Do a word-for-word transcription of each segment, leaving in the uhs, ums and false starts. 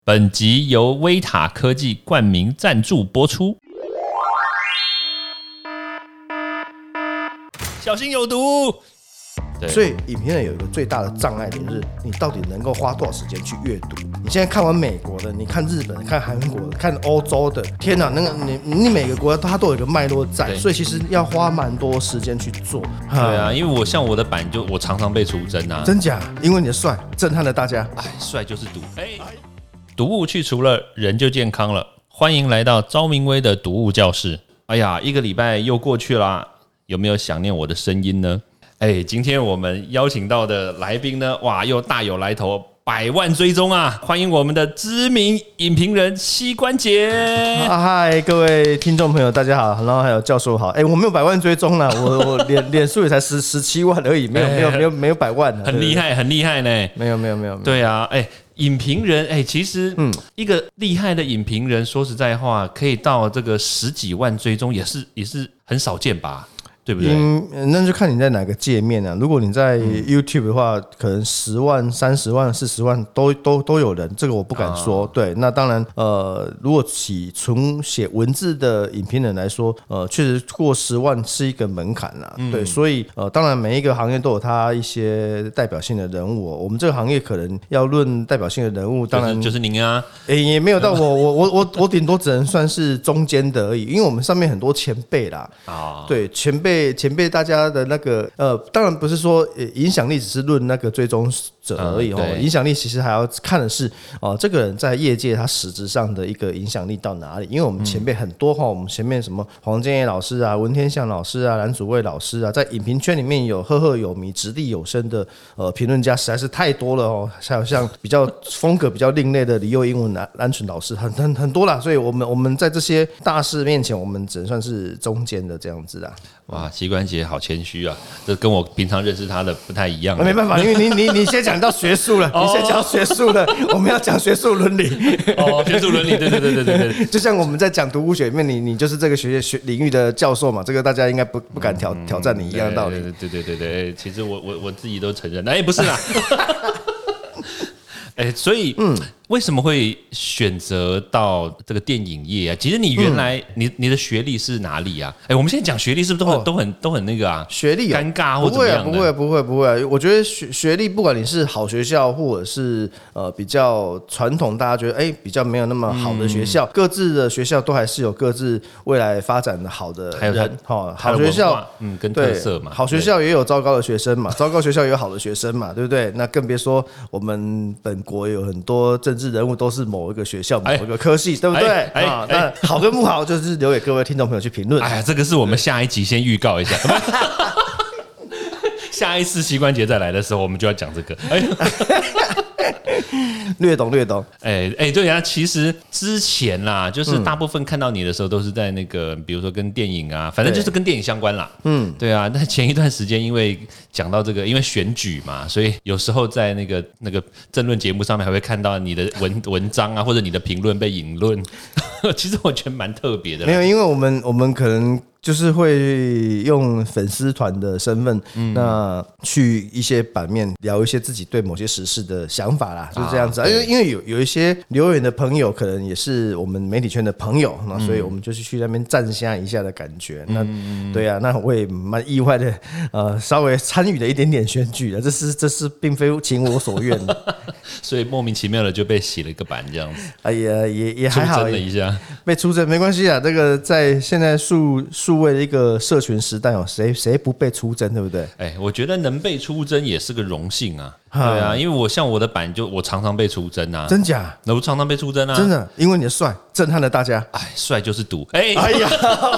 本集由威塔科技冠名赞助播出。小心有毒！ 所以影片人有一个最大的障碍点，就是你到底能够花多少时间去阅读。你现在看完美国的，你看日本的，看韩国的，看欧洲的，天哪，那个你你每个国家它都有一个脉络在，所以其实要花蛮多时间去做。 对啊，因为我像我的版就我常常被出征啊， 真假？因为你的帅震撼了大家。 哎，帅就是毒。哎，毒物去除了，人就健康了。欢迎来到昭明威的毒物教室。哎呀，一个礼拜又过去啦，有没有想念我的声音呢？哎，今天我们邀请到的来宾呢，哇，又大有来头，百万追踪啊！欢迎我们的知名影评人膝关节。 嗨，各位听众朋友，大家好，然后还有教授好。哎，我没有百万追踪啦，我我脸脸书也才十十七万而已，没有没有没有没有百万， 很厉害很厉害呢。 没有没有没有， 对啊，哎。影评人，哎、欸，其实，嗯，一个厉害的影评人，说实在话，可以到这个十几万追踪，也是也是很少见吧，对不对？ 嗯，那就看你在哪个界面啊。如果你在 YouTube 的话，嗯、可能十万、三十万、四十万都都都有人，这个我不敢说。啊、对，那当然，呃，如果以纯写文字的影评人来说，呃，确实过十万是一个门槛啦。嗯、对，所以呃，当然每一个行业都有它一些代表性的人物、哦。我们这个行业可能要论代表性的人物，当然、 就是、就是您啊， 哎、欸，也没有到我我我我我顶多只能算是中间的而已，因为我们上面很多前辈啦。啊，对，前辈。前辈大家的那个呃，当然不是说影响力只是论那个追踪者而已哦，影响力其实还要看的是哦、呃，这个人在业界他实质上的一个影响力到哪里？因为我们前辈很多哈、哦，我们前面什么黄建业老师啊、文天祥老师啊、蓝祖蔚老师啊，在影评圈里面有赫赫有名、掷地有声的呃评论家实在是太多了哦，还有像比较风格比较另类的李幼英文、蓝纯老师，很很很多啦，所以我们我们在这些大师面前，我们只能算是中间的这样子啦。 哇，膝关节好谦虚啊，这跟我平常认识他的不太一样。 没办法，因为你你你先讲到学术了，你先讲学术了，我们要讲学术伦理。 哦，学术伦理，对对对对对对。 就像我们在讲毒物学里面，你你就是这个学学领域的教授嘛，这个大家应该不不敢挑挑战你一样的道理。 对对对对对，其实我我我自己都承认，哎，不是啦。哎，所以，嗯，为什么会选择到这个电影业啊？其实你原来、嗯、你你的学历是哪里啊？哎，我们现在讲学历是不是都很、哦、都很都很那个啊？ 学历、 啊、尴尬或怎么样的？ 不会不会不会不会，我觉得学学历不管你是好学校或者是呃比较传统，大家觉得哎比较没有那么好的学校，嗯、各自的学校都还是有各自未来发展的好的人，还有哈， 好学校嗯跟特色嘛， 好学校也有糟糕的学生嘛，糟糕学校也有好的学生嘛，对不对？那更别说我们本国有很多政治人物都是某一个学校、某一个科系，对不对？哎，啊，那好跟不好就是留给各位听众朋友去评论。 哎呀，这个是我们下一集先预告一下，下一次膝关节再来的时候，我们就要讲这个。哎略懂略懂， 哎哎、欸欸，对啊，其实之前啦，就是大部分看到你的时候，都是在那个，比如说跟电影啊，反正就是跟电影相关啦。嗯，对啊。但前一段时间，因为讲到这个，因为选举嘛，所以有时候在那个那个政论节目上面，还会看到你的文文章啊，或者你的评论被引论。其实我觉得蛮特别的。 没有，因为我们我们可能。就是会用粉丝团的身份，嗯、那去一些版面聊一些自己对某些时事的想法啦，就是这样子。啊、因为因为有有一些留言的朋友，可能也是我们媒体圈的朋友，那所以我们就是去那边站下一下的感觉。嗯、那对啊，那我也蛮意外的，呃，稍微参与了一点点选举了，这是这是并非情我所愿的， 所以莫名其妙的就被洗了一个版这样子。 哎呀，也也还好， 出征了一下， 被出征没关系啊。这个在现在数数。数位的一个社群时代哦，谁谁不被出征，对不对？ 哎，我觉得能被出征也是个荣幸啊。对啊，因为我像我的版就我常常被出征啊， 真假？ 那我常常被出征啊， 真的，因为你的帅震撼了大家。 哎，帅就是毒。哎，哎呀。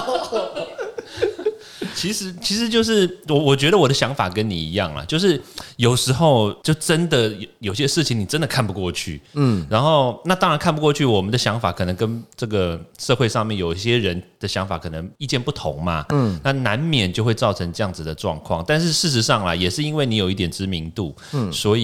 其实，其实就是我，我觉得我的想法跟你一样啦，就是有时候就真的有些事情你真的看不过去，嗯，然后那当然看不过去，我们的想法可能跟这个社会上面有一些人的想法可能意见不同嘛，嗯，那难免就会造成这样子的状况。但是事实上啦，也是因为你有一点知名度，嗯，所以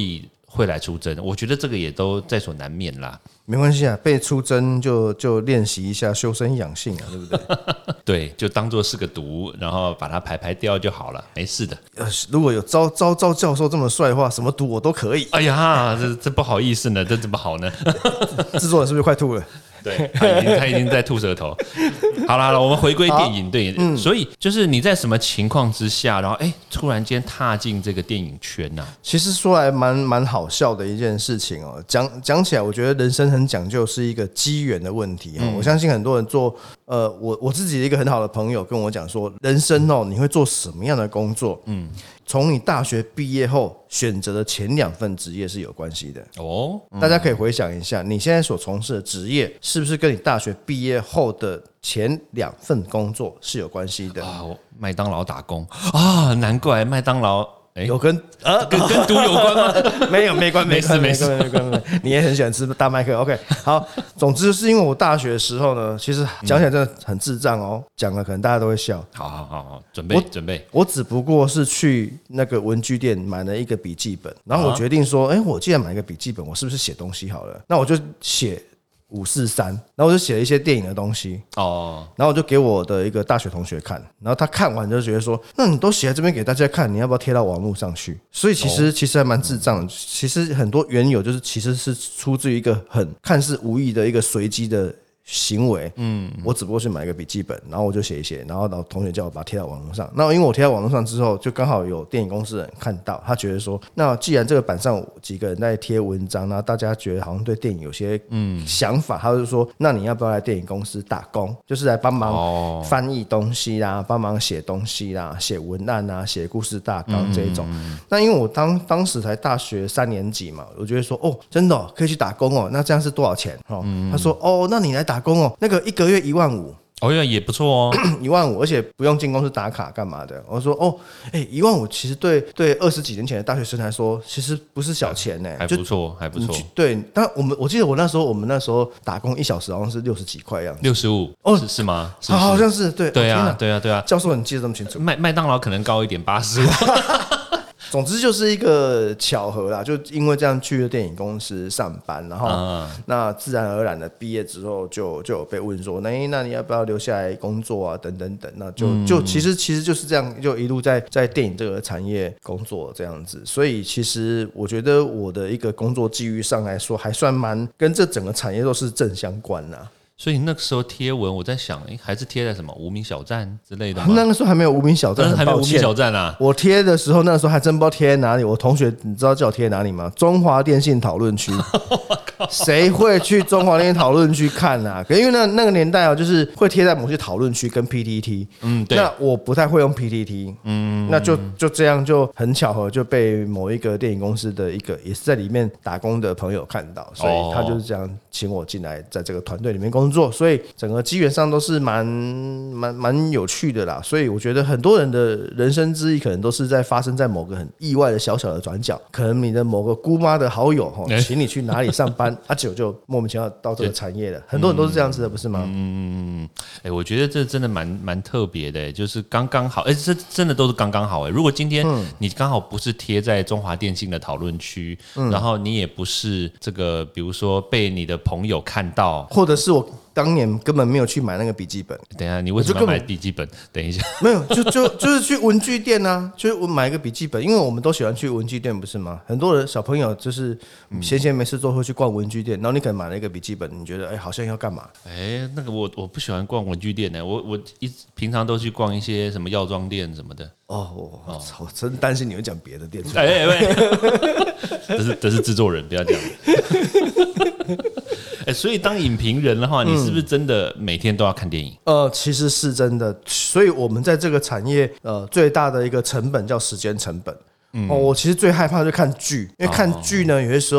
会来出征，我觉得这个也都在所难免啦。 没关系啊，被出征就就练习一下修身养性啊，对不对？ 对，就当做是个毒，然后把它排排掉就好了，没事的。 呃，如果有招招招教授这么帅的话，什么毒我都可以。 哎呀，这这不好意思呢，这怎么好呢？ 制作人是不是快吐了？ 对，他已经他已经在吐舌头。好了好了，我们回归电影，对，嗯，所以就是你在什么情况之下，然后哎，突然间踏进这个电影圈呢、啊？ 其实说来蛮蛮好笑的一件事情哦。讲讲起来，我觉得人生很讲究是一个机缘的问题、嗯、我相信很多人做，呃，我我自己的一个很好的朋友跟我讲说，人生哦，你会做什么样的工作？嗯。从你大学毕业后选择的前两份职业是有关系的哦、嗯，大家可以回想一下，你现在所从事的职业是不是跟你大学毕业后的前两份工作是有关系的？ 啊，麦当劳打工啊，难怪麦当劳。欸、 有跟呃跟跟毒有关吗？ 没有，没关， 没事没事没关没关。你也很喜欢吃大麦克 ，OK？ 好，总之是因为我大学的时候呢，其实讲起来真的很智障哦，讲了可能大家都会笑。 好好好好，准备准备。 我只不过是去那个文具店买了一个笔记本，然后我决定说，哎、欸，我既然买一个笔记本，我是不是写东西好了？那我就写。五四三，然后我就写了一些电影的东西哦，然后我就给我的一个大学同学看，然后他看完就觉得说，那你都写在这边给大家看，你要不要贴到网络上去？所以其实、哦、其实还蛮智障的，其实很多缘由就是其实是出自于一个很看似无意的一个随机的行为，嗯，我只不过是买一个笔记本，然后我就写一写，然后同学叫我把它贴到网络上。那因为我贴到网络上之后，就刚好有电影公司的人看到，他觉得说，那既然这个版上几个人在贴文章，然后大家觉得好像对电影有些嗯想法，他就说，那你要不要来电影公司打工，就是来帮忙翻译东西啦，帮忙写东西啦，写文案啊，写故事大纲这一种。嗯、那因为我当当时才大学三年级嘛，我觉得说，哦，真的、哦、可以去打工哦，那这样是多少钱？哦，嗯、他说，哦，那你来打工哦，那个一个月一万五。 哦，也不错哦， 一万五，而且不用进公司打卡干嘛的。我说哦，哎、欸，一万五其实对对二十几年前的大学生来说，其实不是小钱呢、欸， 还不错，还不错。 对，但我们我记得我那时候我们那时候打工一小时好像是六十几块样子， 六十五哦，是是吗？是是好像是对对啊，对啊，对啊。 教授你记得这么清楚？ 麦麦当劳可能高一点，八十五。 总之就是一个巧合啦，就因为这样去了电影公司上班，然后、嗯、那自然而然的毕业之后就就有被问说，那那你要不要留下来工作啊？等等等，那就、嗯、就其实其实就是这样，就一路在在电影这个产业工作这样子。所以其实我觉得我的一个工作际遇上来说，还算蛮跟这整个产业都是正相关啦。 所以那个时候贴文，我在想，欸、还是贴在什么无名小站之类的吗？ 那个时候还没有无名小站， 还没有无名小站啊！ 我贴的时候，那个时候还真不知道贴在哪里。我同学，你知道叫我贴在哪里吗？中华电信讨论区。谁会去中华电信讨论区看啊？可因为那那个年代啊，就是会贴在某些讨论区跟 P T T。嗯，对。那我不太会用 P T T。嗯，那就就这样就很巧合，就被某一个电影公司的一个也是在里面打工的朋友看到，所以他就是这样请我进来，在这个团队里面工作。所以整个机缘上都是蛮蛮蛮有趣的啦。所以我觉得很多人的人生之意，可能都是在发生在某个很意外的小小的转角。可能你的某个姑妈的好友哈，请你去哪里上班。啊，结果就莫名其妙到这个产业了，很多人都是这样子的，不是吗？嗯嗯嗯，哎、欸， 我觉得这真的蛮蛮特别的，就是刚刚好，哎、欸，这真的都是刚刚好哎。如果今天你刚好不是贴在中华电信的讨论区，嗯、然后你也不是这个，比如说被你的朋友看到， 或者是我。当年根本没有去买那个笔记本。 等一下，你为什么要买笔记本？等一下， 没有，就就就是去文具店啊，就是我买一个笔记本，因为我们都喜欢去文具店，不是吗？很多的小朋友就是闲闲没事做会去逛文具店，然后你可能买了一个笔记本，你觉得哎、欸、好像要干嘛？ 哎、欸，那个我我不喜欢逛文具店呢、欸，我我一平常都去逛一些什么药妆店什么的。哦，我哦我真担心你会讲别的店出来。哎哎喂，这是这是制作人，不要这样。欸、所以当影评人的话，你是不是真的每天都要看电影？ 嗯、呃，其实是真的。所以我们在这个产业，呃，最大的一个成本叫时间成本。嗯、哦，我其实最害怕就看剧，因为看剧呢，有些时候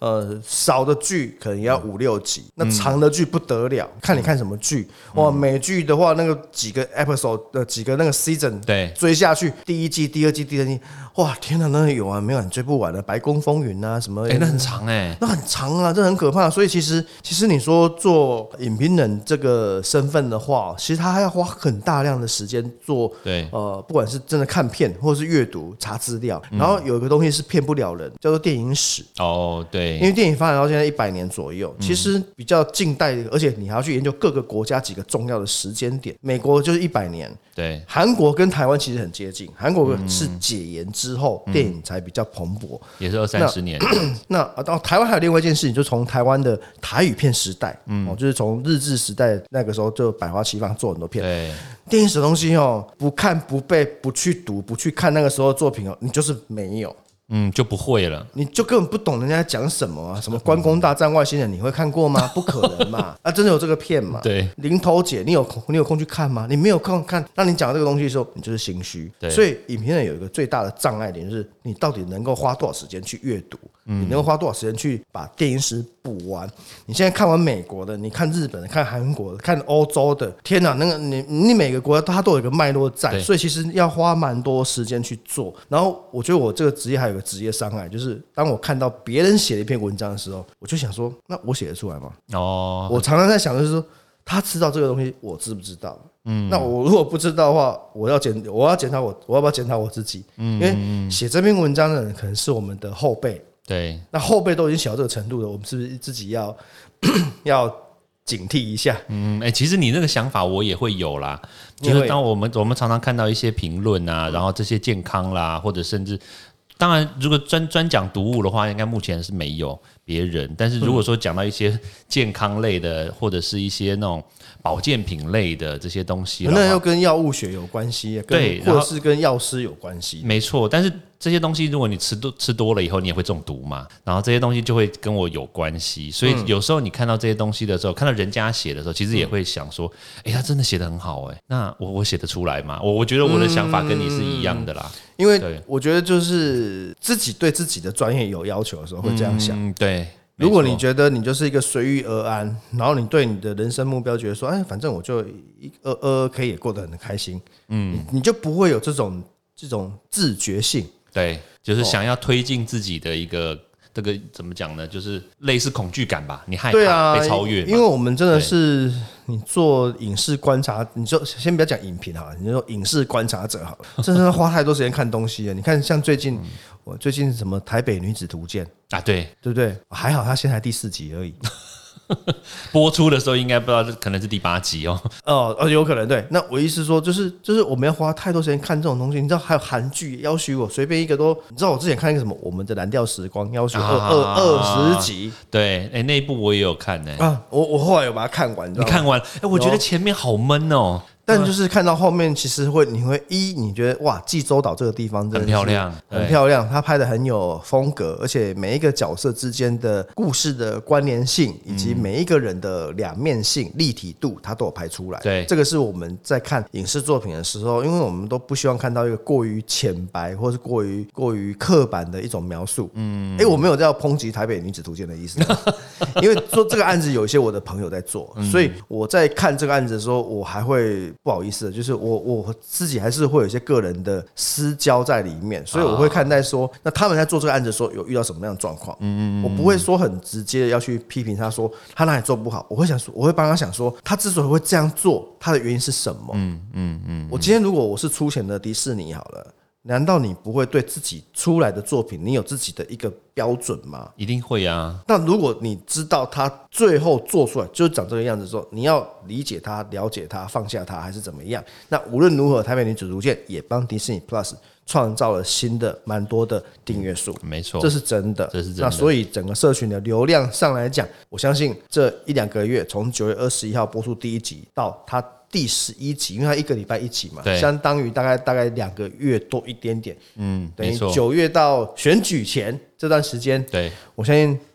呃少的剧可能也要五六集，那长的剧不得了，看你看什么剧。哇，美剧的话，那个几个 episode 的几个那个 season， 对， 追下去，第一季、第二季、第三季，哇，天哪，那有啊没有你追不完的，《白宫风云》啊什么， 哎，那很长哎， 那很长啊，这很可怕。所以其实其实你说做影评人这个身份的话，其实他还要花很大量的时间做， 对， 呃，不管是真的看片或者是阅读查资料，然后有一个东西是骗不了人，叫做电影史。 哦，对， 因为电影发展到现在一百年左右，其实比较近代的，而且你还要去研究各个国家几个重要的时间点。美国就是一百年， 对， 韩国跟台湾其实很接近，韩国是解严之后、嗯、电影才比较蓬勃， 也是二三十年。 那到台湾还有另外一件事情，就从台湾的台语片时代，嗯，哦、就是从日治时代那个时候就百花齐放，做很多片。 对， 电影史的东西哦，不看不背不去读不去看那个时候的作品哦，你就是没有。 嗯，就不会了， 你就根本不懂人家在讲什么啊？什么关公大战外星人，你会看过吗？不可能嘛！啊，真的有这个片吗？ 对， 零头姐，你有空你有空去看吗？你没有空看，那你讲这个东西的时候，你就是心虚。所以影评人有一个最大的障碍点，就是你到底能够花多少时间去阅读，嗯、你能够花多少时间去把电影史补完？你现在看完美国的，你看日本的，看韩国的，看欧洲的，天哪，那个你你每个国家它都有一个脉络在，所以其实要花蛮多时间去做。然后我觉得我这个职业还有个职业伤害，就是当我看到别人写了一篇文章的时候，我就想说，那我写得出来吗？哦，我常常在想的是说，他知道这个东西，我知不知道？嗯，那我如果不知道的话，我要检我要检讨我，我要不要检讨我自己？嗯，因为写这篇文章的人可能是我们的后辈， 对， 那后辈都已经写到这个程度了，我们是不是自己要要警惕一下？ 嗯，哎、欸，其实你那个想法我也会有啦，就是当我们我们常常看到一些评论啊，然后这些健康啦，或者甚至。当然，如果专专讲读物的话，应该目前是没有别人。但是如果说讲到一些健康类的，或者是一些那种保健品类的这些东西， 那又跟药物学有关系，对，或者是跟药师有关系。 没错，但是这些东西如果你吃多吃多了以后，你也会中毒嘛。然后这些东西就会跟我有关系，所以有时候你看到这些东西的时候，看到人家写的时候，其实也会想说，哎、欸，他真的写得很好、欸，哎，那我我写得出来吗？我我觉得我的想法跟你是一样的啦。 因为我觉得就是自己对自己的专业有要求的时候会这样想，嗯、 对。 如果你觉得你就是一个随遇而安，然后你对你的人生目标觉得说，哎，反正我就一二二可以也过得很开心，嗯，你, 你就不会有这种这种自觉性， 对，就是想要推进自己的一个。这个怎么讲呢？就是类似恐惧感吧，你害怕被超越嘛、 啊、因为我们真的是你做影视观察，你就先不要讲影评好了，你就说影视观察者好了，真的花太多时间看东西了。你看，像最近、嗯、我最近什么《台北女子图鉴》 啊，对对不对？还好，它现在才第四集而已。 播出的时候应该不知道，可能是第八集哦。 哦哦，有可能对。那我意思说，就是就是我们要花太多时间看这种东西。你知道，还有韩剧要求我随便一个都，你知道我之前看一个什么《我们的蓝调时光》，要求二二二十集。 对，哎、欸，那一部我也有看呢、欸。啊， 我我后来有把它看完，你知道吗？ 你看完，哎、欸，我觉得前面好闷哦。 但就是看到后面，其实会你会一你觉得哇，济州岛这个地方真的很漂亮， 很漂亮，他拍的很有风格，而且每一个角色之间的故事的关联性，以及每一个人的两面性、立体度，他都有拍出来。 对， 这个是我们在看影视作品的时候，因为我们都不希望看到一个过于浅白或是过于过于刻板的一种描述。嗯，哎、欸，我没有在要抨击《台北女子图鉴》的意思，因为做这个案子有一些我的朋友在做，所以我在看这个案子的时候，我还会。不好意思，就是我我自己还是会有一些个人的私交在里面，所以我会看待说，那他们在做这个案子的时候有遇到什么样的状况，嗯嗯，我不会说很直接的要去批评他说他哪里做不好，我会想说，我会帮他想说，他之所以会这样做，他的原因是什么？嗯嗯嗯。我今天如果我是出钱的迪士尼好了。难道你不会对自己出来的作品，你有自己的一个标准吗？ 一定会啊。 那如果你知道他最后做出来就是长这个样子的时候，你要理解他、了解他、放下他，还是怎么样？那无论如何，台北女子图鉴也帮迪士尼 Plus 创造了新的蛮多的订阅数， 没错， 这是真的， 这是真的。 那所以整个社群的流量上来讲，我相信这一两个月，从九月二十一号播出第一集到它。第十一集，因为它一个礼拜一集嘛，相当于大概大概两个月多一点点，嗯，等于九月到选举前这段时间， 对， 我相信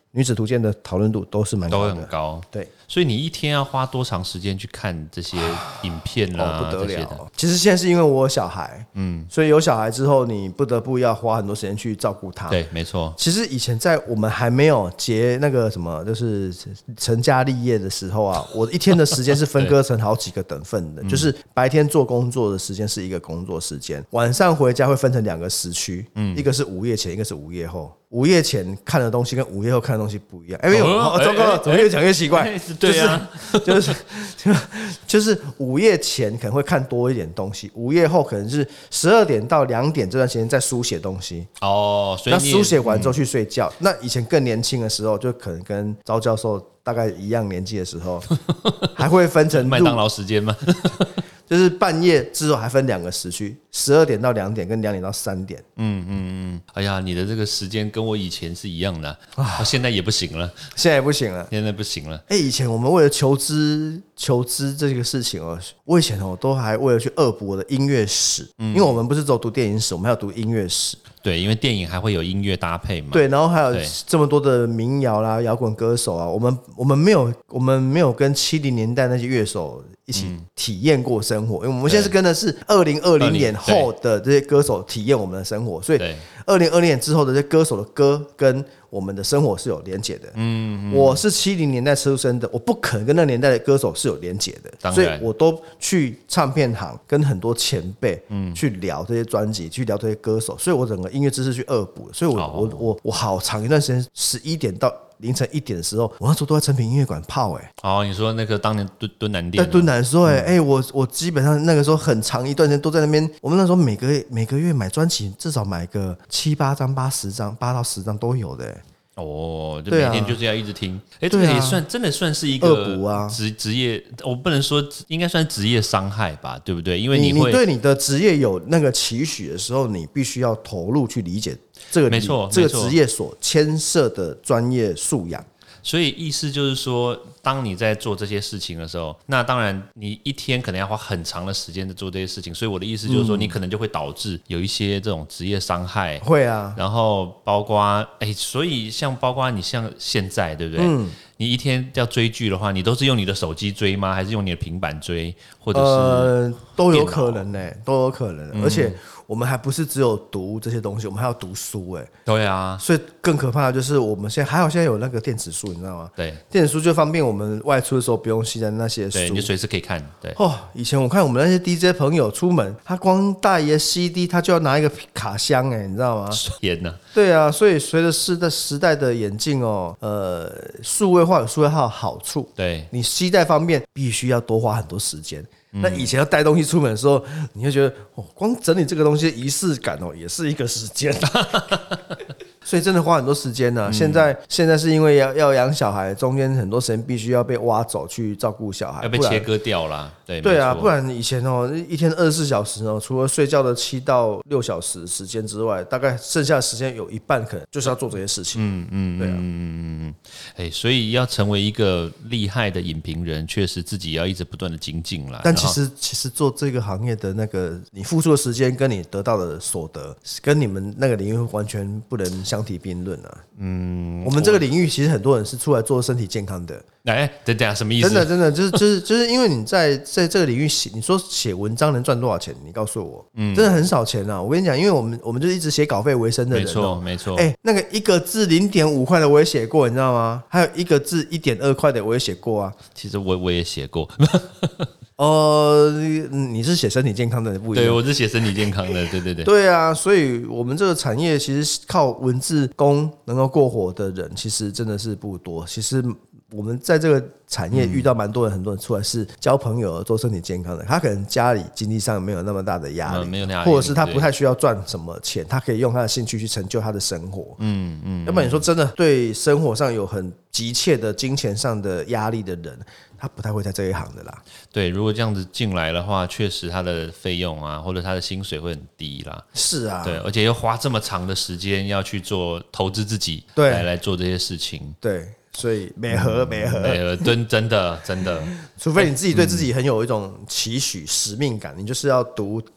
女子图鉴的讨论度都是蛮高的， 都很高。 对， 所以你一天要花多长时间去看这些影片啦、啊？ 哦，不得了！其实现在是因为我有小孩，嗯，所以有小孩之后，你不得不要花很多时间去照顾他。 对，没错。 其实以前在我们还没有结那个什么，就是成家立业的时候啊，我一天的时间是分割成好几个等份的，就是白天做工作的时间是一个工作时间，晚上回家会分成两个时区，嗯，一个是午夜前，一个是午夜后。午夜前看的东西跟午夜后看的东西不一样。哎呦，好糟糕了，怎么越讲越奇怪？ 对啊， 就是就是午夜前可能会看多一点东西，午夜后可能是十二点到两点这段时间在书写东西。 哦，所以那书写完之后去睡觉。那以前更年轻的时候，就可能跟招教授大概一样年纪的时候，还会分成麦当劳时间吗？ 就是半夜之后还分两个时区，十二点到两点跟两点到三点。 嗯嗯嗯，哎呀，你的这个时间跟我以前是一样的，啊，现在也不行了， 现在也不行了， 现在不行了。 哎，以前我们为了求知求知这个事情哦，我以前哦都还为了去恶补我的音乐史，嗯，因为我们不是只有读电影史，我们还要读音乐史。 对，因为电影还会有音乐搭配嘛。 对，然后还有这么多的民谣啦、摇滚歌手啊，我们我们没有我们没有跟七零年代那些乐手一起体验过生活，因为我们现在是跟的是二零二零年后的这些歌手体验我们的生活，所以二零二零年之后的这些歌手的歌跟我们的生活是有连结的。嗯，我是七零年代出生的，我不可能跟那个年代的歌手是有连结的，所以我都去唱片行跟很多前辈去聊这些专辑，去聊这些歌手，所以我整个音乐知识去恶补，所以我、哦、我我我好长一段时间，十一点到凌晨一点的时候，我那时候都在成品音乐馆泡哎、欸。 哦，你说那个当年敦敦南店， 在敦南的时候哎、欸、哎、欸，我我基本上那个时候很长一段时间都在那边。我们那时候每个月每个月买专辑，至少买个七八张、八十张、八到十张都有的、欸。 哦，就每天就是要一直听，哎、啊，这个也算真的算是一个恶补啊， 职职业，我不能说应该算职业伤害吧，对不对？因为你会你对你的职业有那个期许的时候，你必须要投入去理解这个没错这个职业所牵涉的专业素养。 所以意思就是说，当你在做这些事情的时候，那当然你一天可能要花很长的时间在做这些事情。所以我的意思就是说，你可能就会导致有一些这种职业伤害。 会啊， 然后包括哎，所以像包括你像现在，对不对？嗯。你一天要追剧的话，你都是用你的手机追吗？还是用你的平板追？或者是呃，都有可能呢、欸，都有可能。嗯、而且我们还不是只有读这些东西，我们还要读书哎、欸。 对啊， 所以更可怕的就是我们现在还好，现在有那个电子书，你知道吗？ 对， 电子书就方便我们外出的时候不用携带那些书， 对，你随时可以看。对哦，以前我看我们那些 D J 朋友出门，他光带一个 C D， 他就要拿一个卡箱哎、欸，你知道吗？ 天哪！对啊，所以随着时代时代的演进哦，呃，数位化有数位化的好处， 对你携带方面必须要多花很多时间。那以前要带东西出门的时候，你会觉得哦，光整理这个东西的仪式感哦，也是一个时间。所以真的花很多时间呢、啊。嗯、现在现在是因为要要养小孩，中间很多时间必须要被挖走去照顾小孩， 要被切割掉啦。对对啊，不然以前哦，一天二十四小时哦，除了睡觉的七到六小时时间之外，大概剩下的时间有一半可能就是要做这些事情。嗯嗯，对啊，嗯嗯哎，所以要成为一个厉害的影评人，确实自己要一直不断的精进啦。 但其实其实做这个行业的那个你付出的时间跟你得到的所得，跟你们那个领域完全不能相提并论啊。嗯，我们这个领域其实很多人是出来做身体健康的。 哎，等等，什么意思？ 真的真的就是就是就是因为你在在这个领域写，你说写文章能赚多少钱？你告诉我，嗯，真的很少钱啊！我跟你讲，因为我们我们就一直写稿费为生的人、喔， 没错没错。 哎、欸，那个一个字零点五块的我也写过，你知道吗？还有一个字一点二块的我也写过啊。 其实我我也写过。 哦、呃，你是写身体健康的不一样， 对，我是写身体健康的，对对对， 对啊，所以我们这个产业其实靠文字工能够过活的人，其实真的是不多。其实我们在这个产业遇到蛮多人，很多人出来是交朋友、做身体健康的，他可能家里经济上没有那么大的压力， 嗯、没有那压力， 或者是他不太需要赚什么钱，他可以用他的兴趣去成就他的生活。嗯嗯，要不然你说真的对生活上有很急切的金钱上的压力的人，他不太会在这一行的啦。 对，如果这样子进来的话，确实他的费用啊，或者他的薪水会很低啦。 是啊， 对，而且要花这么长的时间要去做投资自己，对，来来做这些事情。 对，所以没合没合没合，真真的真的， 除非你自己对自己很有一种期许、使命感，你就是要读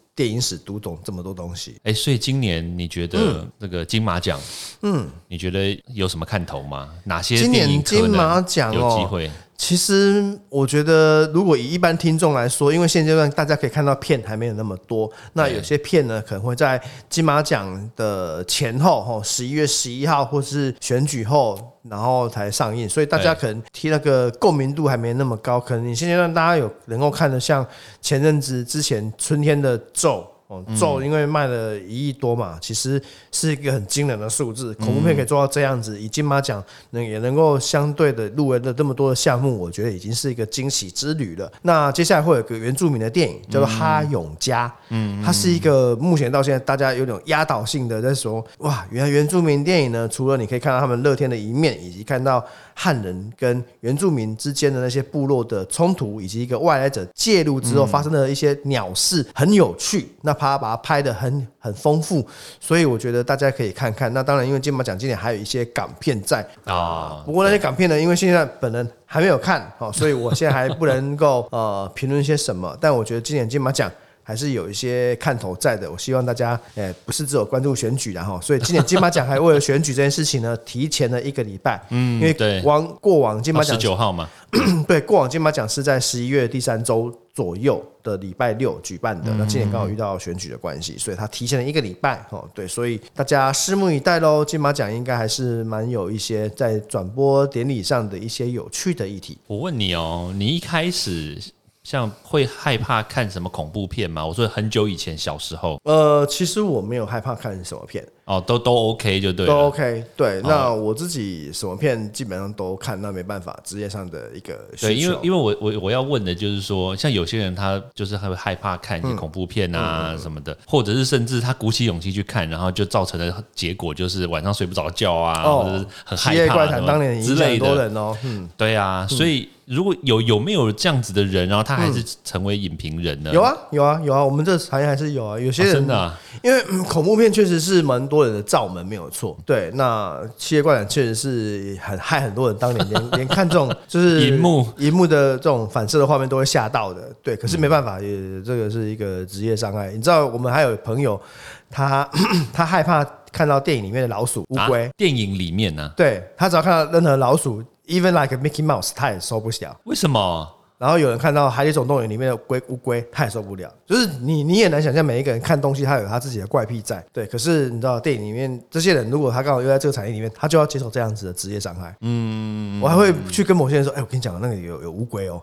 电影史读懂这么多东西。 哎、欸，所以今年你觉得这个金马奖，嗯，你觉得有什么看头吗？哪些电影可能有机会？ 今年金马奖哦，其实我觉得，如果以一般听众来说，因为现阶段大家可以看到片还没有那么多，那有些片呢可能会在金马奖的前后，十一月十一号或是选举后，然后才上映，所以大家可能提那个共鸣度还没那么高。可能你现阶段大家有能够看的，像前阵子之前春天的咒。哦，咒因为卖了一亿多嘛，其实是一个很惊人的数字。恐怖片可以做到这样子，以金马奖能也能够相对的入围了这么多的项目，我觉得已经是一个惊喜之旅了。那接下来会有个原住民的电影叫做《哈永家》，嗯，它是一个目前到现在大家有种压倒性的在说，哇，原来原住民电影呢，除了你可以看到他们乐天的一面，以及看到汉人跟原住民之间的那些部落的冲突，以及一个外来者介入之后发生的一些鸟事，很有趣。那他把它拍得很很丰富，所以我觉得大家可以看看。那当然，因为金马奖今年还有一些港片在啊，不过那些港片呢，因为现在本人还没有看，所以我现在还不能够呃评论些什么。但我觉得今年金马奖还是有一些看头在的。我希望大家，欸、不是只有关注选举啦齁，所以今年金马奖还为了选举这件事情呢，提前了一个礼拜。嗯，因为往过往金马奖十九号嘛， 对，过往金马奖是在十一月第三周左右的礼拜六举办的。那今年刚好遇到选举的关系，所以他提前了一个礼拜。哦，对，所以大家拭目以待喽。金马奖应该还是蛮有一些在转播典礼上的一些有趣的议题。 我问你哦，你一开始像会害怕看什么恐怖片吗？我说很久以前小时候， 呃，其实我没有害怕看什么片。 哦，都都 OK 就对了， 都 OK。对，那我自己什么片基本上都看，那没办法，职业上的一个需求。 对，因为因为我我我要问的就是说，像有些人他就是会害怕看一些恐怖片啊什么的，嗯嗯嗯、或者是甚至他鼓起勇气去看，然后就造成的结果就是晚上睡不着觉啊，哦、或者是很害怕。 七夜怪谈当年影响很多人哦， 嗯，对啊，所以。如果有有没有这样子的人，然后他还是成为影评人呢？ 有啊，有啊，有啊，我们这产业还是有啊。有些人、 啊、真的、啊， 因为、嗯、恐怖片确实是蛮多人的罩门，没有错。对，那《七夜怪谈》确实是很害很多人，当年连连看这种就是荧幕荧幕的这种反射的画面都会吓到的。对，可是没办法，也这个是一个职业伤害。你知道，我们还有朋友，他他害怕看到电影里面的老鼠、乌龟、啊。 电影里面呢、啊？ 对，他只要看到任何老鼠。Even like Mickey Mouse， 他也受不了。 为什么？ 然后有人看到《海底总动员》里面的龟乌龟，他也受不了。就是你你也难想象，每一个人看东西，他有他自己的怪癖在。对，可是你知道，电影里面这些人，如果他刚好又在这个产业里面，他就要接受这样子的职业伤害。嗯，我还会去跟某些人说：“哎、欸，我跟你讲，那个有有乌龟哦，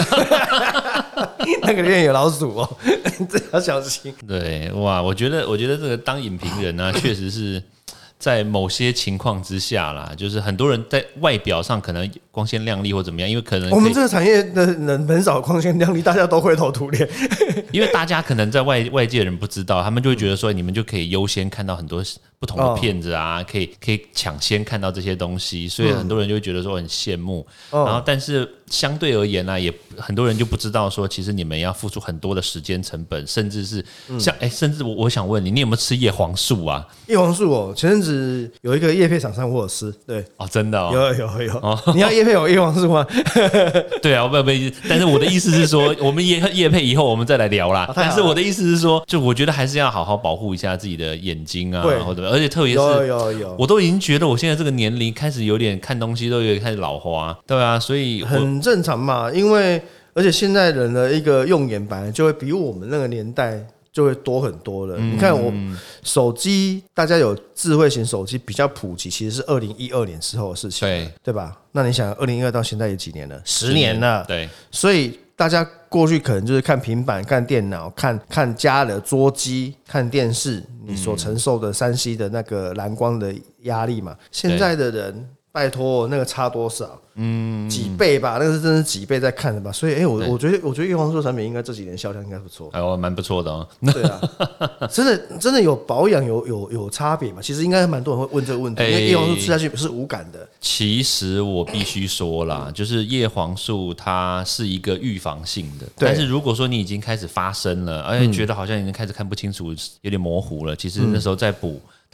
那个里面有老鼠哦，这要小心。” 对，哇，我觉得，我觉得这个当影评人呢、啊，确实是。在某些情况之下啦，就是很多人在外表上可能光鲜亮丽或怎么样，因为可能我们这个产业的人很少光鲜亮丽，大家都灰头土脸。 因为大家可能在外外界的人不知道，他们就会觉得说，你们就可以优先看到很多不同的片子啊，可以可以抢先看到这些东西，所以很多人就会觉得说很羡慕。然后，但是相对而言呢、啊，也很多人就不知道说，其实你们要付出很多的时间成本，甚至是像哎、欸，甚至我我想问你，你有没有吃叶黄素啊？ 叶黄素哦，前阵子有一个业配厂商我有吃，对哦，真的哦， 有有有。哦、你要业配有叶黄素吗？ 对啊，不不，但是我的意思是说，我们业业配以后我们再来聊啦。但是我的意思是说，就我觉得还是要好好保护一下自己的眼睛啊，或者而且特别是有有有， 我都已经觉得我现在这个年龄开始有点看东西都有点开始老花，对啊，所以很正常嘛，因为而且现在人的一个用眼本来就会比我们那个年代就会多很多了。嗯、你看我手机，大家有智慧型手机比较普及，其实是二零一二年之后的事情，对对吧？那你想，二零一二到现在有几年了？十年了， 对， 所以。大家过去可能就是看平板、看电脑、看看家的桌机、看电视，你所承受的三 C 的那个蓝光的压力嘛。现在的人，拜托，那个差多少？嗯，几倍吧，那个是真的是几倍在看的吧。所以，哎、欸，我我觉得，我觉得叶黄素产品应该这几年销量应该不错， 哎，我蛮不错的哦。 对啊，真的真的有保养有有有差别嘛？其实应该蛮多人会问这个问题，欸、因为叶黄素吃下去是无感的。 其实我必须说啦，就是叶黄素它是一个预防性的，但是如果说你已经开始发生了，而且觉得好像已经开始看不清楚，有点模糊了，其实那时候再补。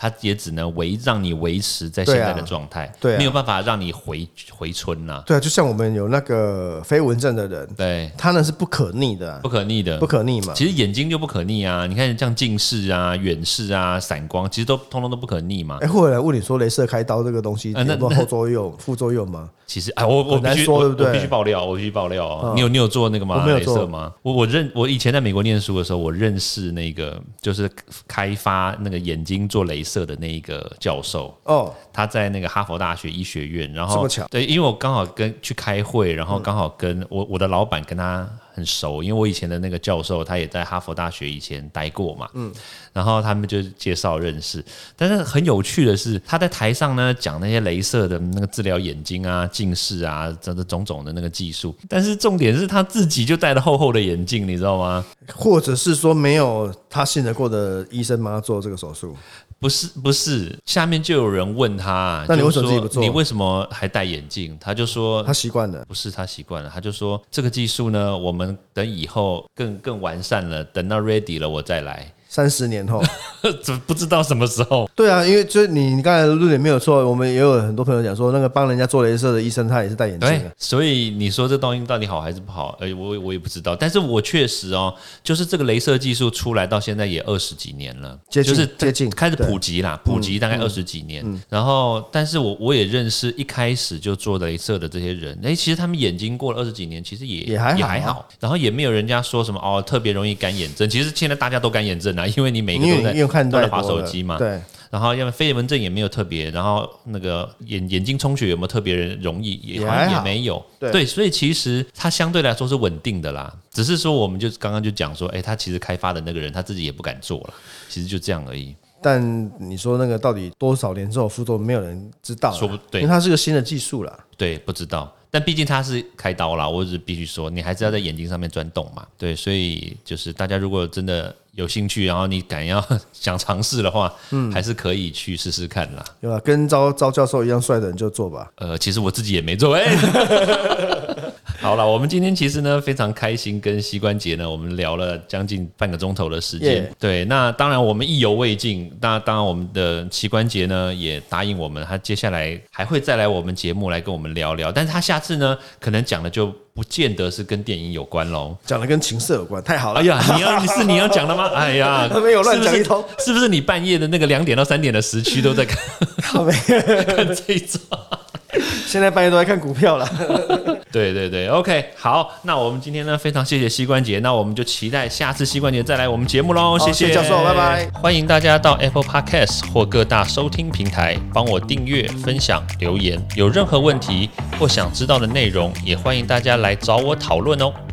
它也只能维让你维持在现在的状态， 对、啊， 没有办法让你回回春呐、啊。 对啊，就像我们有那个飞蚊症的人， 对， 他呢是不可逆的、啊， 不可逆的， 不可逆嘛。 其实眼睛就不可逆啊，你看像近视啊、远视啊、散光，其实都通通都不可逆嘛。 哎，后来问你说，雷射开刀这个东西有没有后作用、副作用吗？ 其实哎，我我必须说对不对？ 我必须爆料，我必须爆料、哦嗯。你有你有做那个吗？ 我没有做雷射吗？我我认我以前在美国念书的时候，我认识那个就是开发那个眼睛做雷射的那一个教授哦，他在那个哈佛大学医学院，然后这么巧， 对，因为我刚好跟去开会，然后刚好跟、嗯、我我的老板跟他很熟，因为我以前的那个教授他也在哈佛大学以前待过嘛，嗯，然后他们就介绍认识。但是很有趣的是，他在台上呢讲那些雷射的那个治疗眼睛啊、近视啊这种种的那个技术，但是重点是他自己就戴了厚厚的眼镜，你知道吗？ 或者是说没有他信得过的医生帮他做这个手术？ 不是不是，下面就有人问他， 那你为什么自己不做？ 你为什么还戴眼镜？他就说他习惯了， 不是他习惯了，他就说这个技术呢，我们等以后更更完善了，等到 ready 了我再来。 三十年后， 不知道什么时候。 对啊，因为就是你你刚才的论点没有错，我们也有很多朋友讲说，那个帮人家做雷射的医生他也是戴眼镜的。 所以你说这东西到底好还是不好？呃，我我也不知道。但是我确实哦，就是这个雷射技术出来到现在也二十几年了， 接近就是接近开始普及啦，普及大概二十几年。嗯嗯、然后，但是我我也认识一开始就做雷射的这些人，哎，其实他们眼睛过了二十几年，其实也也还好、啊、 也还好，然后也没有人家说什么哦特别容易干眼症。其实现在大家都干眼症啊，因为你每个都在都在滑手机嘛， 对。 然后要么飞蚊症也没有特别，然后那个眼眼睛充血有没有特别容易，也好像也没有。对, 对，所以其实它相对来说是稳定的啦。只是说我们就刚刚就讲说，哎，他其实开发的那个人他自己也不敢做了，其实就这样而已。 但你说那个到底多少年之后副作用，没有人知道， 说不对， 因为它是个新的技术啦。 对，不知道。但毕竟它是开刀啦，我只是必须说，你还是要在眼睛上面钻洞嘛。对，所以就是大家如果真的有兴趣，然后你敢要想尝试的话，嗯，还是可以去试试看啦。 有啊，跟招招教授一样帅的人就做吧。 呃，其实我自己也没做，哎、欸。好了，我们今天其实呢非常开心，跟膝关节呢我们聊了将近半个钟头的时间。Yeah. 对，那当然我们意犹未尽，那当然我们的膝关节呢也答应我们，他接下来还会再来我们节目来跟我们聊聊，但是他下次呢可能讲的就不见得是跟电影有关咯， 讲的跟情色有关，太好了！ 哎呀，你要是你要讲的吗？哎呀， 没有乱讲一通， 是不是你半夜的那个两点到三点的时区都在看？看这一种。 现在半夜都在看股票了。 对对对 ，OK， 好，那我们今天呢非常谢谢膝关节，那我们就期待下次膝关节再来我们节目喽，谢谢教授，拜拜。 欢迎大家到 Apple Podcast 或各大收听平台帮我订阅、分享、留言，有任何问题或想知道的内容，也欢迎大家来找我讨论哦。